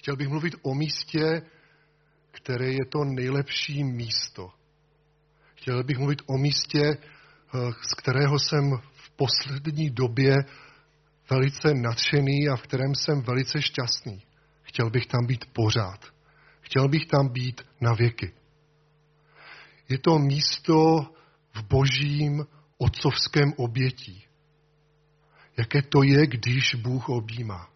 Chtěl bych mluvit o místě, které je to nejlepší místo. Chtěl bych mluvit o místě, z kterého jsem v poslední době velice nadšený a v kterém jsem velice šťastný. Chtěl bych tam být pořád. Chtěl bych tam být na věky. Je to místo v božím otcovském obětí. Jaké to je, když Bůh objímá.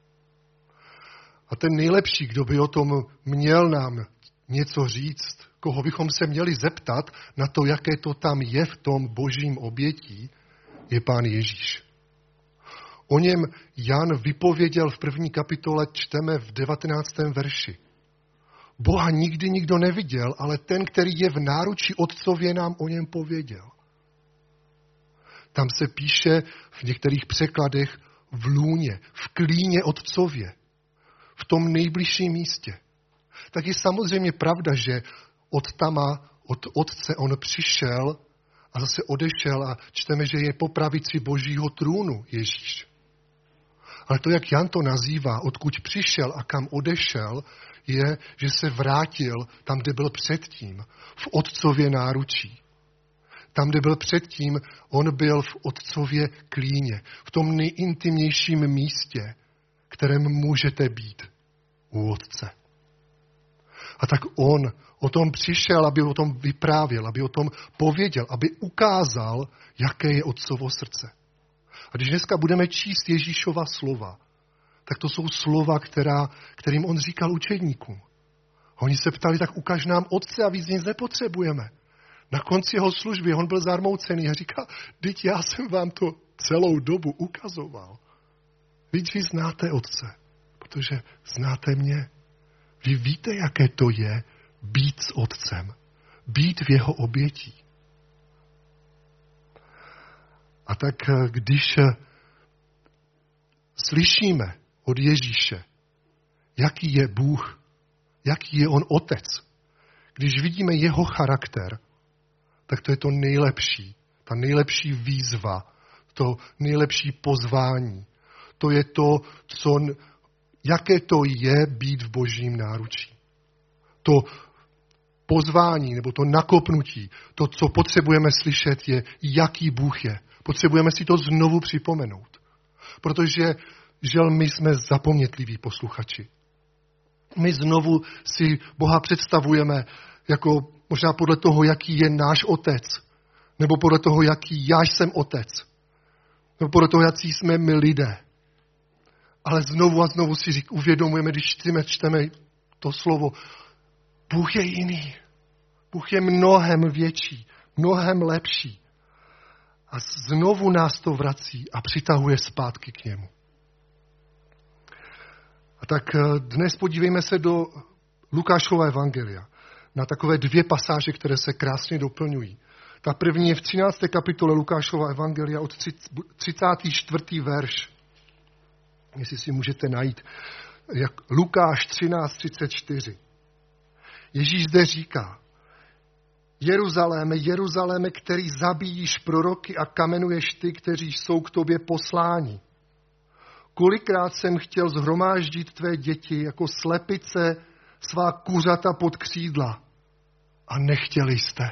A ten nejlepší, kdo by o tom měl nám něco říct, koho bychom se měli zeptat na to, jaké to tam je v tom božím obětí, je Pán Ježíš. O něm Jan vypověděl v 1. kapitole, čteme v 19. verši. Boha nikdy nikdo neviděl, ale ten, který je v náručí Otcově, nám o něm pověděl. Tam se píše v některých překladech v lůně, v klíně Otcově, v tom nejbližším místě. Tak je samozřejmě pravda, že od tama, od Otce on přišel a zase odešel a čteme, že je po pravici Božího trůnu Ježíš. Ale to, jak Jan to nazývá, odkud přišel a kam odešel, je, že se vrátil tam, kde byl předtím, v Otcově náručí. Tam, kde byl předtím, on byl v Otcově klíně, v tom nejintimnějším místě, kterém můžete být u Otce. A tak on o tom přišel, aby o tom vyprávěl, aby o tom pověděl, aby ukázal, jaké je Otcovo srdce. A když dneska budeme číst Ježíšova slova, tak to jsou slova, kterým on říkal učedníkům. Oni se ptali, tak ukaž nám Otce a víc nic nepotřebujeme. Na konci jeho služby on byl zarmoucený a říkal, vždyť já jsem vám to celou dobu ukazoval. Vy znáte Otce, protože znáte mě. Vy víte, jaké to je být s Otcem, být v jeho obětí. A tak když slyšíme od Ježíše, jaký je Bůh, jaký je on Otec, když vidíme jeho charakter, tak to je to nejlepší, ta nejlepší výzva, to nejlepší pozvání. To je to, jaké to je být v Božím náručí. To pozvání nebo to nakopnutí, to, co potřebujeme slyšet, je, jaký Bůh je. Potřebujeme si to znovu připomenout. Protože, žel, my jsme zapomnětliví posluchači. My znovu si Boha představujeme jako možná podle toho, jaký je náš Otec. Nebo podle toho, jaký já jsem Otec. Nebo podle toho, jaký jsme my lidé. Ale znovu a znovu si uvědomujeme, když čteme to slovo, Bůh je jiný. Bůh je mnohem větší, mnohem lepší. A znovu nás to vrací a přitahuje zpátky k němu. A tak dnes podívejme se do Lukášova evangelia. Na takové 2 pasáže, které se krásně doplňují. Ta první je v 13. kapitole Lukášova evangelia od 34. verš. Jestli si můžete najít. Lukáš 13:34. Ježíš zde říká, Jeruzaléme, Jeruzaléme, který zabíjíš proroky a kamenuješ ty, kteří jsou k tobě posláni. Kolikrát jsem chtěl shromáždit tvé děti jako slepice svá kuřata pod křídla a nechtěli jste.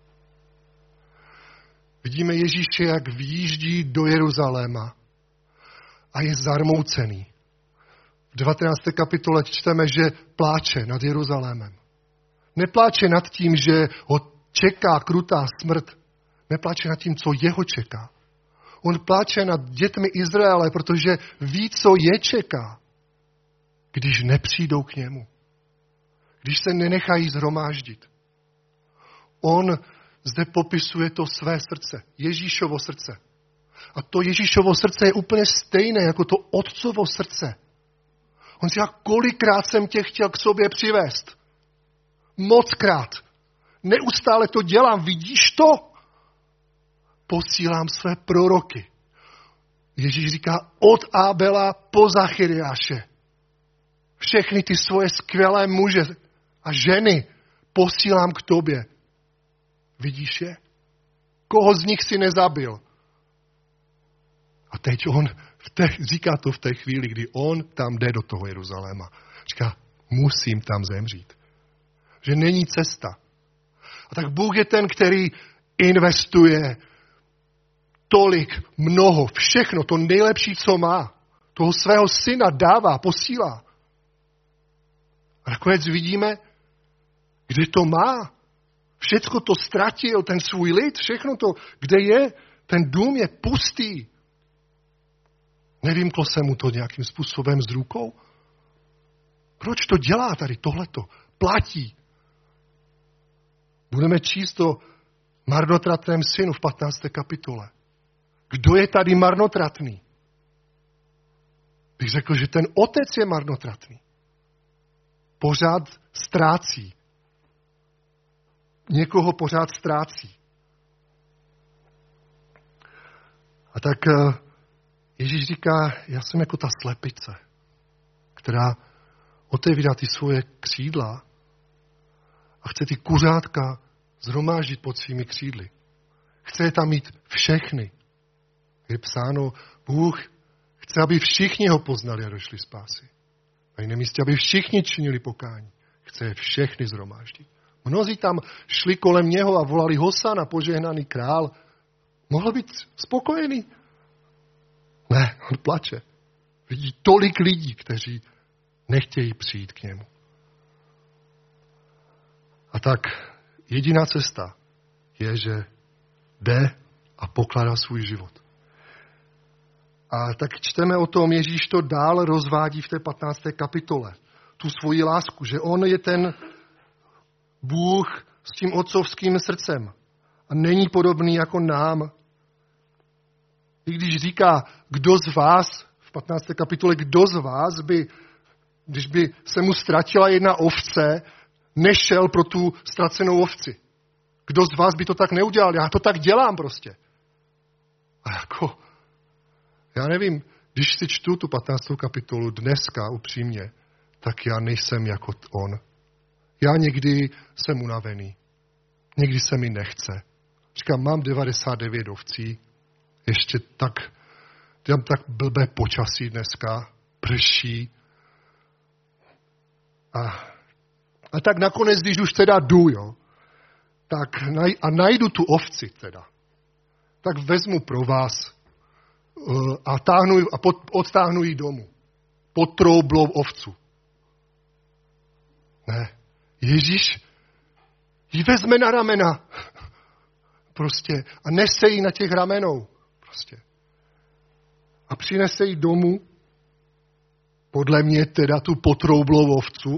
Vidíme Ježíše, jak vyjíždí do Jeruzaléma a je zarmoucený. V 19. kapitole čteme, že pláče nad Jeruzalémem. Nepláče nad tím, že ho čeká krutá smrt. Nepláče nad tím, co jeho čeká. On pláče nad dětmi Izraele, protože ví, co je čeká, když nepřijdou k němu. Když se nenechají shromáždit. On zde popisuje to své srdce, Ježíšovo srdce. A to Ježíšovo srdce je úplně stejné jako to Otcovo srdce. On říká, kolikrát jsem tě chtěl k sobě přivést. Mockrát. Neustále to dělám, vidíš to? Posílám své proroky. Ježíš říká, od Ábela po Zachariáše. Všechny ty svoje skvělé muže a ženy posílám k tobě. Vidíš je? Koho z nich si nezabil? A teď on říká to v té chvíli, kdy on tam jde do toho Jeruzaléma. Říká, musím tam zemřít. Že není cesta. A tak Bůh je ten, který investuje tolik, mnoho, všechno, to nejlepší, co má. Toho svého syna dává, posílá. A nakonec vidíme, kde to má. Všecko to ztratil, ten svůj lid, všechno to, kde je, ten dům je pustý. Nevymklo se mu to nějakým způsobem z rukou? Proč to dělá tady tohleto? Platí. Budeme číst o marnotratném synu v 15. kapitole. Kdo je tady marnotratný? Bych řekl, že ten otec je marnotratný. Pořád ztrácí. Někoho pořád ztrácí. A tak Ježíš říká, já jsem jako ta slepice, která otevírá ty svoje křídla a chce ty kuřátka zhromáždit pod svými křídly. Chce je tam mít všechny. Je psáno, Bůh chce, aby všichni ho poznali a došli spásy. Na jiném místě, aby všichni činili pokání. Chce je všechny zhromáždit. Mnozí tam šli kolem něho a volali Hosana, požehnaný král. Mohl být spokojený? Ne, on plače. Vidí tolik lidí, kteří nechtějí přijít k němu. A tak jediná cesta je, že jde a pokládá svůj život. A tak čteme o tom, Ježíš to dál rozvádí v té 15. kapitole. Tu svoji lásku, že on je ten Bůh s tím otcovským srdcem. A není podobný jako nám. I když říká, kdo z vás, v 15. kapitole, kdo z vás by, když by se mu ztratila jedna ovce, nešel pro tu ztracenou ovci. Kdo z vás by to tak neudělal? Já to tak dělám prostě. A jako, já nevím, když si čtu tu 15. kapitolu dneska upřímně, tak já nejsem jako on. Já někdy jsem unavený. Někdy se mi nechce. Říkám, mám 99 ovcí, ještě tak, mám tak blbé počasí dneska, prší. A tak nakonec, když už teda jdu, jo, tak a najdu tu ovci teda, tak vezmu pro vás a odtáhnu ji domů. Pod troublou ovcu. Ne. Ježíš ji vezme na ramena. Prostě. A nese ji na těch ramenou. Prostě. A přinese ji domů. Podle mě teda tu potroublou ovcu.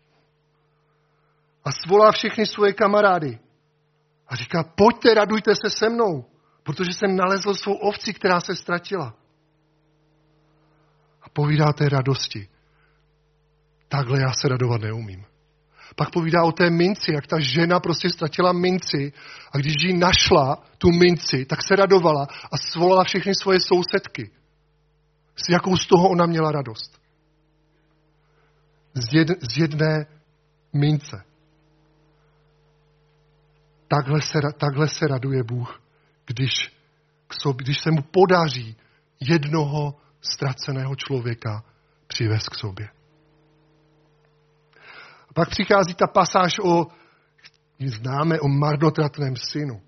A svolá všechny svoje kamarády. A říká, pojďte, radujte se se mnou. Protože jsem nalezl svou ovci, která se ztratila. A povídá té radosti. Takhle já se radovat neumím. Pak povídá o té minci, jak ta žena prostě ztratila minci a když ji našla, tu minci, tak se radovala a svolala všechny svoje sousedky. S jakou z toho ona měla radost. Z jedné mince. Takhle se raduje Bůh, když se mu podaří jednoho ztraceného člověka přivést k sobě. A pak přichází ta pasáž známe o marnotratném synu.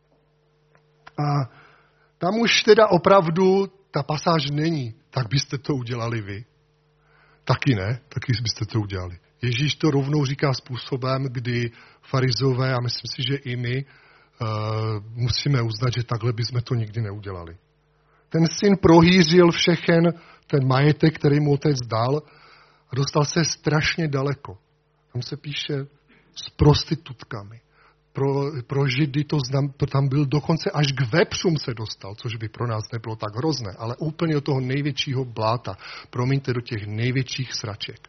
A tam už teda opravdu ta pasáž není. Tak byste to udělali vy. Taky ne, taky byste to udělali. Ježíš to rovnou říká způsobem, kdy farizové, a myslím si, že i my, musíme uznat, že takhle bychom to nikdy neudělali. Ten syn prohýřil všechen ten majetek, který mu otec dal a dostal se strašně daleko. Tam se píše s prostitutkami. Pro Židy tam byl dokonce až k vepřům se dostal, což by pro nás nebylo tak hrozné, ale úplně do toho největšího bláta. Promiňte, do těch největších sraček.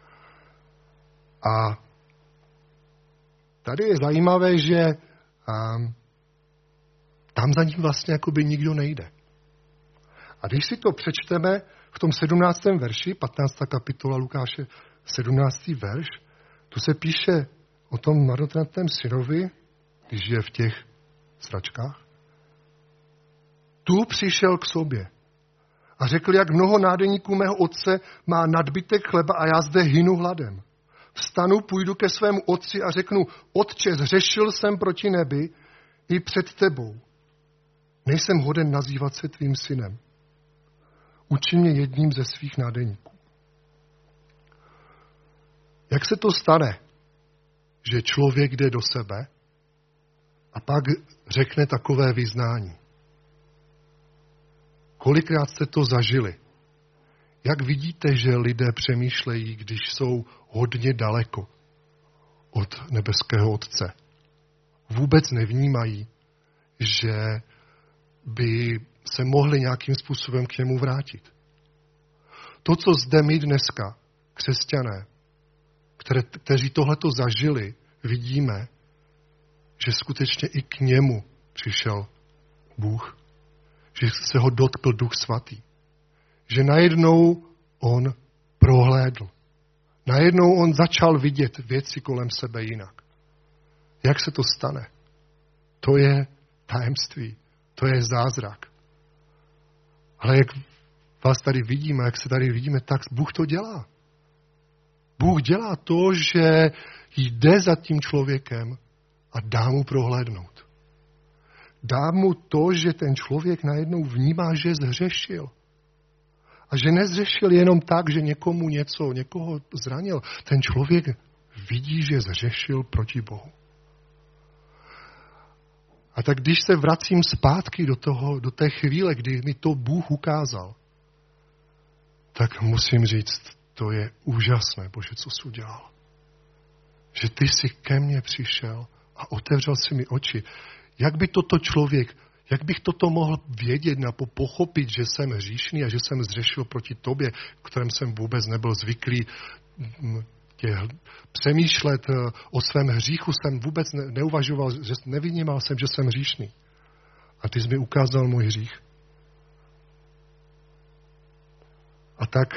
A tady je zajímavé, že tam za ním vlastně jakoby nikdo nejde. A když si to přečteme v tom 17. verši, 15. kapitola Lukáše, 17. verš, tu se píše o tom marnotratném synovi, když je v těch sračkách. Tu přišel k sobě A řekl, jak mnoho nádeníků mého otce má nadbytek chleba a já zde hynu hladem. Vstanu, půjdu ke svému otci a řeknu, otče, zřešil jsem proti nebi i před tebou. Nejsem hoden nazývat se tvým synem. Učin mě jedním ze svých nádeníků. Jak se to stane, že člověk jde do sebe a pak řekne takové vyznání? Kolikrát jste to zažili? Jak vidíte, že lidé přemýšlejí, když jsou hodně daleko od nebeského Otce? Vůbec nevnímají, že by se mohli nějakým způsobem k němu vrátit. To, co zde my dneska, křesťané, kteří tohleto zažili, vidíme, že skutečně i k němu přišel Bůh. Že se ho dotkl Duch Svatý. Že najednou on prohlédl. Najednou on začal vidět věci kolem sebe jinak. Jak se to stane? To je tajemství. To je zázrak. Ale jak vás tady vidíme, jak se tady vidíme, tak Bůh to dělá. Bůh dělá to, že jde za tím člověkem a dá mu prohlédnout. Dá mu to, že ten člověk najednou vnímá, že zhřešil. A že nezřešil jenom tak, že někoho zranil. Ten člověk vidí, že zhřešil proti Bohu. A tak když se vracím zpátky do té chvíle, kdy mi to Bůh ukázal, tak musím říct, to je úžasné, Bože, co jsi udělal. Že ty jsi ke mně přišel a otevřel si mi oči. Jak bych toto mohl vědět nebo pochopit, že jsem hříšný a že jsem zřešil proti tobě, kterém jsem vůbec nebyl zvyklý přemýšlet o svém hříchu, jsem vůbec neuvažoval, že nevnímal jsem, že jsem hříšný. A ty jsi mi ukázal můj hřích. A tak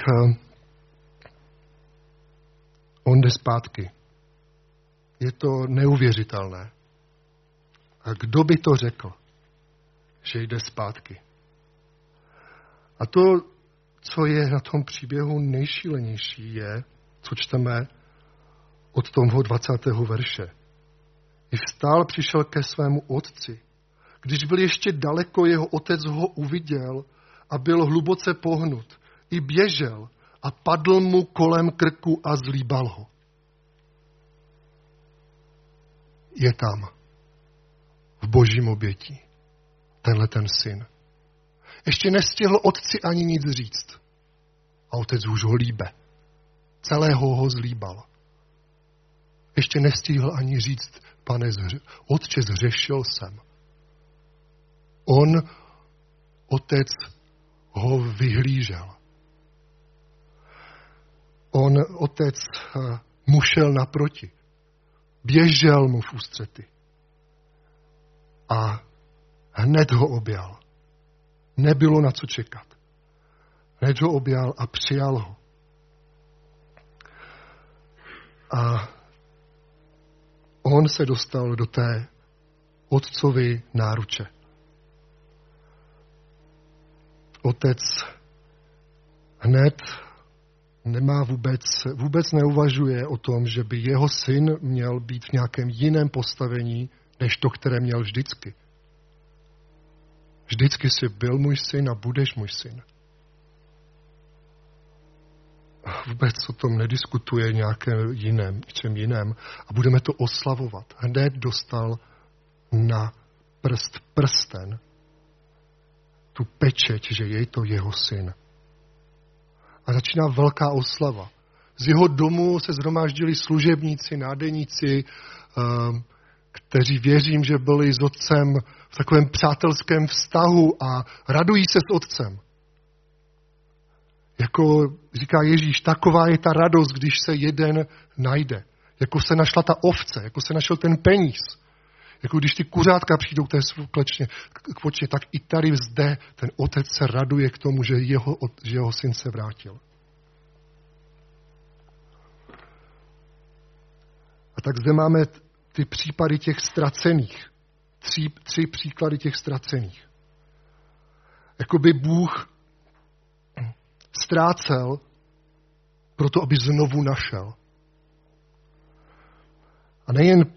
on jde zpátky. Je to neuvěřitelné. A kdo by to řekl, že jde zpátky? A to, co je na tom příběhu nejšílenější, je, co čteme od toho 20. verše. I vstál, přišel ke svému otci. Když byl ještě daleko, jeho otec ho uviděl a byl hluboce pohnut. I běžel a padl mu kolem krku a zlíbal ho. Je tam. V božím obětí. Tenhle ten syn. Ještě nestihl otci ani nic říct. A otec už ho líbe. Celého ho zlíbal. Ještě nestihl ani říct, pane, otče, zřešil jsem. Otec ho vyhlížel. Otec mu šel naproti. Běžel mu v ústřety. A hned ho objal. Nebylo na co čekat. Hned ho objal a přijal ho. A on se dostal do té otcovy náruče. Otec hned vůbec neuvažuje o tom, že by jeho syn měl být v nějakém jiném postavení, než to, které měl vždycky. Vždycky jsi byl můj syn a budeš můj syn. Vůbec o tom nediskutuje něčem jiném a budeme to oslavovat. Hned dostal na prsten tu pečeť, že je to jeho syn. A začíná velká oslava. Z jeho domu se shromáždili služebníci, nádeníci, kteří věřím, že byli s otcem v takovém přátelském vztahu a radují se s otcem. Jako říká Ježíš, taková je ta radost, když se jeden najde. Jako se našla ta ovce, jako se našel ten peníz. Jako když ty kuřátka přijdou k té klečně, k počně, tak i tady zde ten otec se raduje k tomu, že jeho syn se vrátil. A tak zde máme ty případy těch ztracených. Tři příklady těch ztracených. Jakoby Bůh ztrácel proto, aby znovu našel. A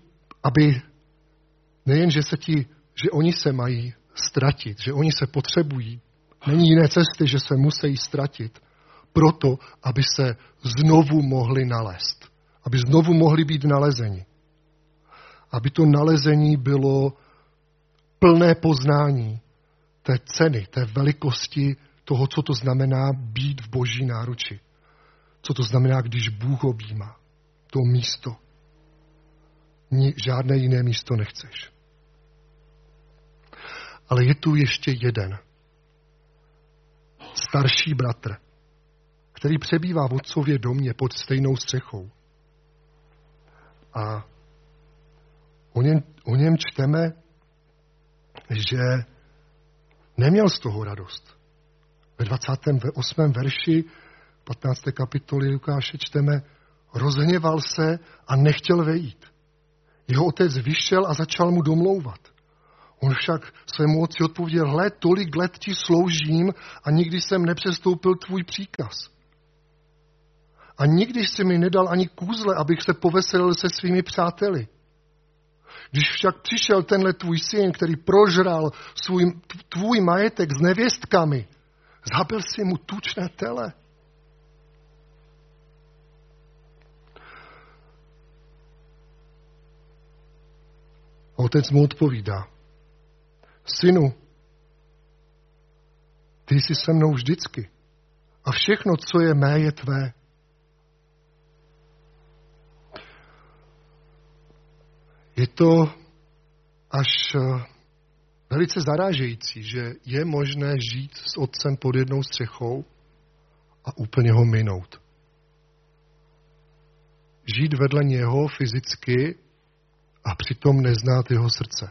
nejen, že oni se mají ztratit, že oni se potřebují, není jiné cesty, že se musí ztratit, proto, aby se znovu mohli nalézt. Aby znovu mohli být nalezeni. Aby to nalezení bylo plné poznání té ceny, té velikosti toho, co to znamená být v Boží náruči. Co to znamená, když Bůh objímá to místo. Žádné jiné místo nechceš. Ale je tu ještě jeden starší bratr, který přebývá v otcově domě pod stejnou střechou. A o něm čteme, že neměl z toho radost. Ve 28. verši 15. kapitoly Lukáše čteme, rozhněval se a nechtěl vejít. Jeho otec vyšel a začal mu domlouvat. On však svému otci odpověděl, hle, tolik let ti sloužím a nikdy jsem nepřestoupil tvůj příkaz. A nikdy jsi mi nedal ani kůzle, abych se poveselil se svými přáteli. Když však přišel tenhle tvůj syn, který prožral tvůj majetek s nevěstkami, zabil si mu tučné tele. Otec mu odpovídá, synu, ty jsi se mnou vždycky a všechno, co je mé, je tvé. Je to až velice zarážející, že je možné žít s otcem pod jednou střechou a úplně ho minout. Žít vedle něho fyzicky a přitom neznát jeho srdce.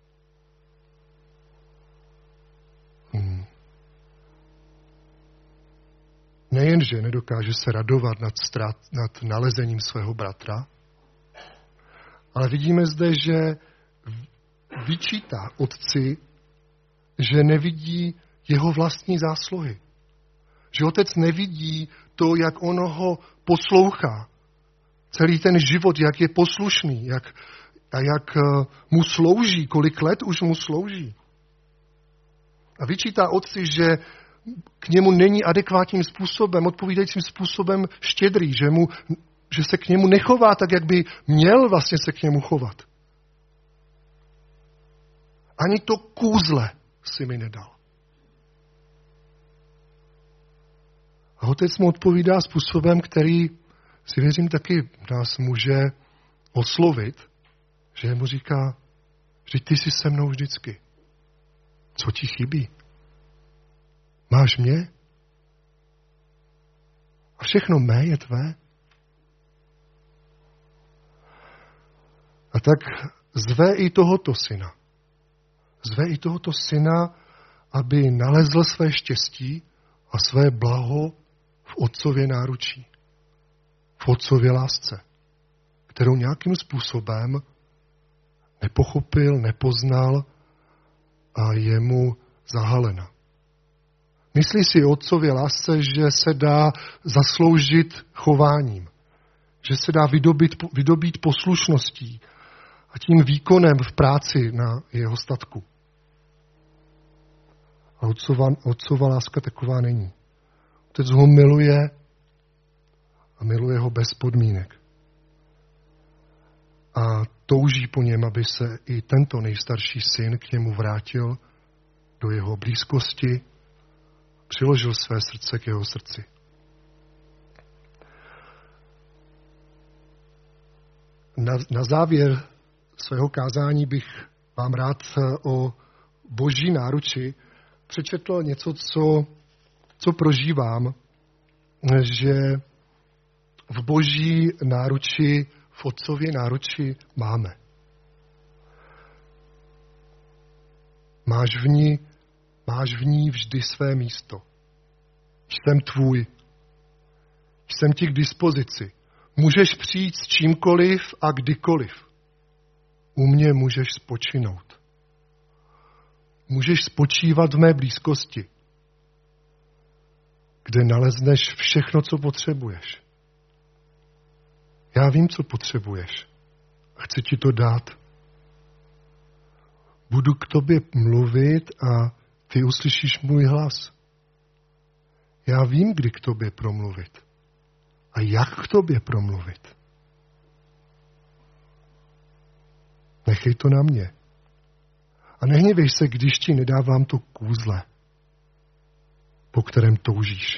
Nejenže nedokáže se radovat nad nalezením svého bratra, ale vidíme zde, že vyčítá otci, že nevidí jeho vlastní zásluhy. Že otec nevidí to, jak on ho poslouchá. Celý ten život, jak je poslušný, jak mu slouží, kolik let už mu slouží. A vyčítá otci, že k němu není adekvátním způsobem, odpovídajícím způsobem štědrý, že se k němu nechová tak, jak by měl vlastně se k němu chovat. Ani to kůzle si mi nedal. A otec mu odpovídá způsobem, který si věřím taky nás může oslovit, že mu říká, že ty jsi se mnou vždycky. Co ti chybí? Máš mě? A všechno mé je tvé? A tak zve i tohoto syna. Zve i tohoto syna, aby nalezl své štěstí a své blaho v otcově náručí. V otcově lásce, kterou nějakým způsobem nepochopil, nepoznal a je mu zahalena. Myslí si o otcově lásce, že se dá zasloužit chováním, že se dá vydobít poslušností a tím výkonem v práci na jeho statku. A otcova láska taková není. Otec ho miluje a miluje ho bez podmínek. A touží po něm, aby se i tento nejstarší syn k němu vrátil do jeho blízkosti, přiložil své srdce k jeho srdci. Na závěr svého kázání bych vám rád o Boží náruči přečetl něco, co prožívám, že v Boží náruči, v Otcově náruči máme. Máš v ní vždy své místo. Jsem tvůj. Jsem ti k dispozici. Můžeš přijít s čímkoliv a kdykoliv. U mě můžeš spočinout. Můžeš spočívat v mé blízkosti. kde nalezneš všechno, co potřebuješ. Já vím, co potřebuješ a chci ti to dát. Budu k tobě mluvit a ty uslyšíš můj hlas. Já vím, kdy k tobě promluvit a jak k tobě promluvit. Nechej to na mě. A nehněvej se, když ti nedávám to kůzle, po kterém toužíš.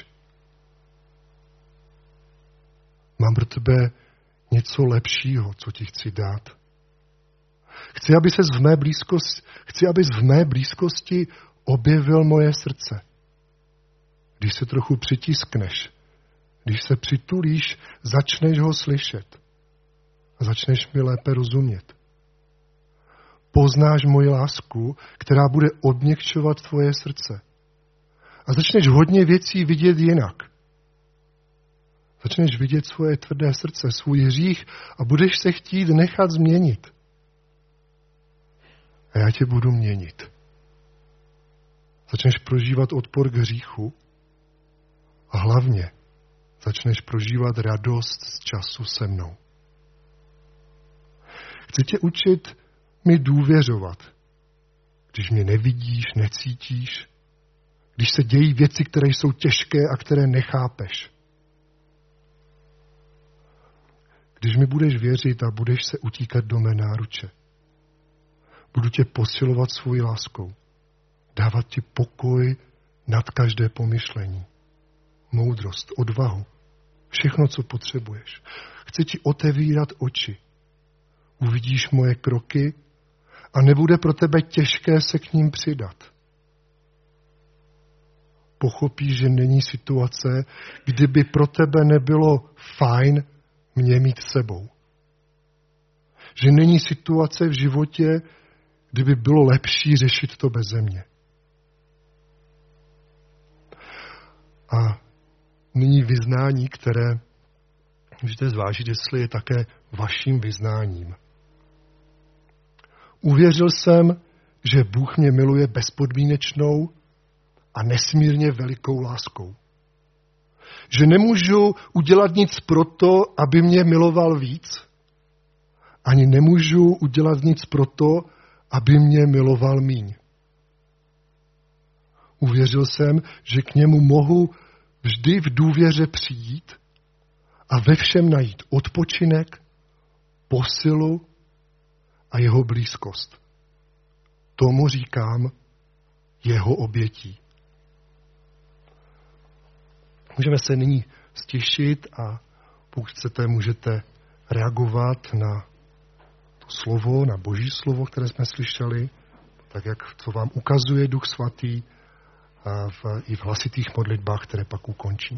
Mám pro tebe něco lepšího, co ti chci dát. Chci, abys v mé blízkosti objevil moje srdce. Když se trochu přitiskneš, když se přitulíš, začneš ho slyšet a začneš mi lépe rozumět. Poznáš moji lásku, která bude odměkčovat tvoje srdce. A začneš hodně věcí vidět jinak. Začneš vidět svoje tvrdé srdce, svůj hřích a budeš se chtít nechat změnit. A já tě budu měnit. Začneš prožívat odpor k hříchu a hlavně začneš prožívat radost z času se mnou. Chci tě učit mi důvěřovat, když mě nevidíš, necítíš, když se dějí věci, které jsou těžké a které nechápeš. Když mi budeš věřit a budeš se utíkat do mé náruče, budu tě posilovat svojí láskou, dávat ti pokoj nad každé pomyšlení, moudrost, odvahu, všechno, co potřebuješ. Chci ti otevírat oči. Uvidíš moje kroky a nebude pro tebe těžké se k ním přidat. Pochopíš, že není situace, kdyby pro tebe nebylo fajn mě mít sebou. Že není situace v životě, kdyby bylo lepší řešit to beze mě. A nyní vyznání, které můžete zvážit, jestli je také vaším vyznáním. Uvěřil jsem, že Bůh mě miluje bezpodmínečnou a nesmírně velikou láskou. Že nemůžu udělat nic proto, aby mě miloval víc, ani nemůžu udělat nic proto, aby mě miloval míň. Uvěřil jsem, že k němu mohu vždy v důvěře přijít a ve všem najít odpočinek, posilu a jeho blízkost. Tomu říkám jeho obětí. Můžeme se nyní stišit a pokud chcete, můžete reagovat na to slovo, na Boží slovo, které jsme slyšeli, tak jak to vám ukazuje Duch Svatý i v hlasitých modlitbách, které pak ukončím.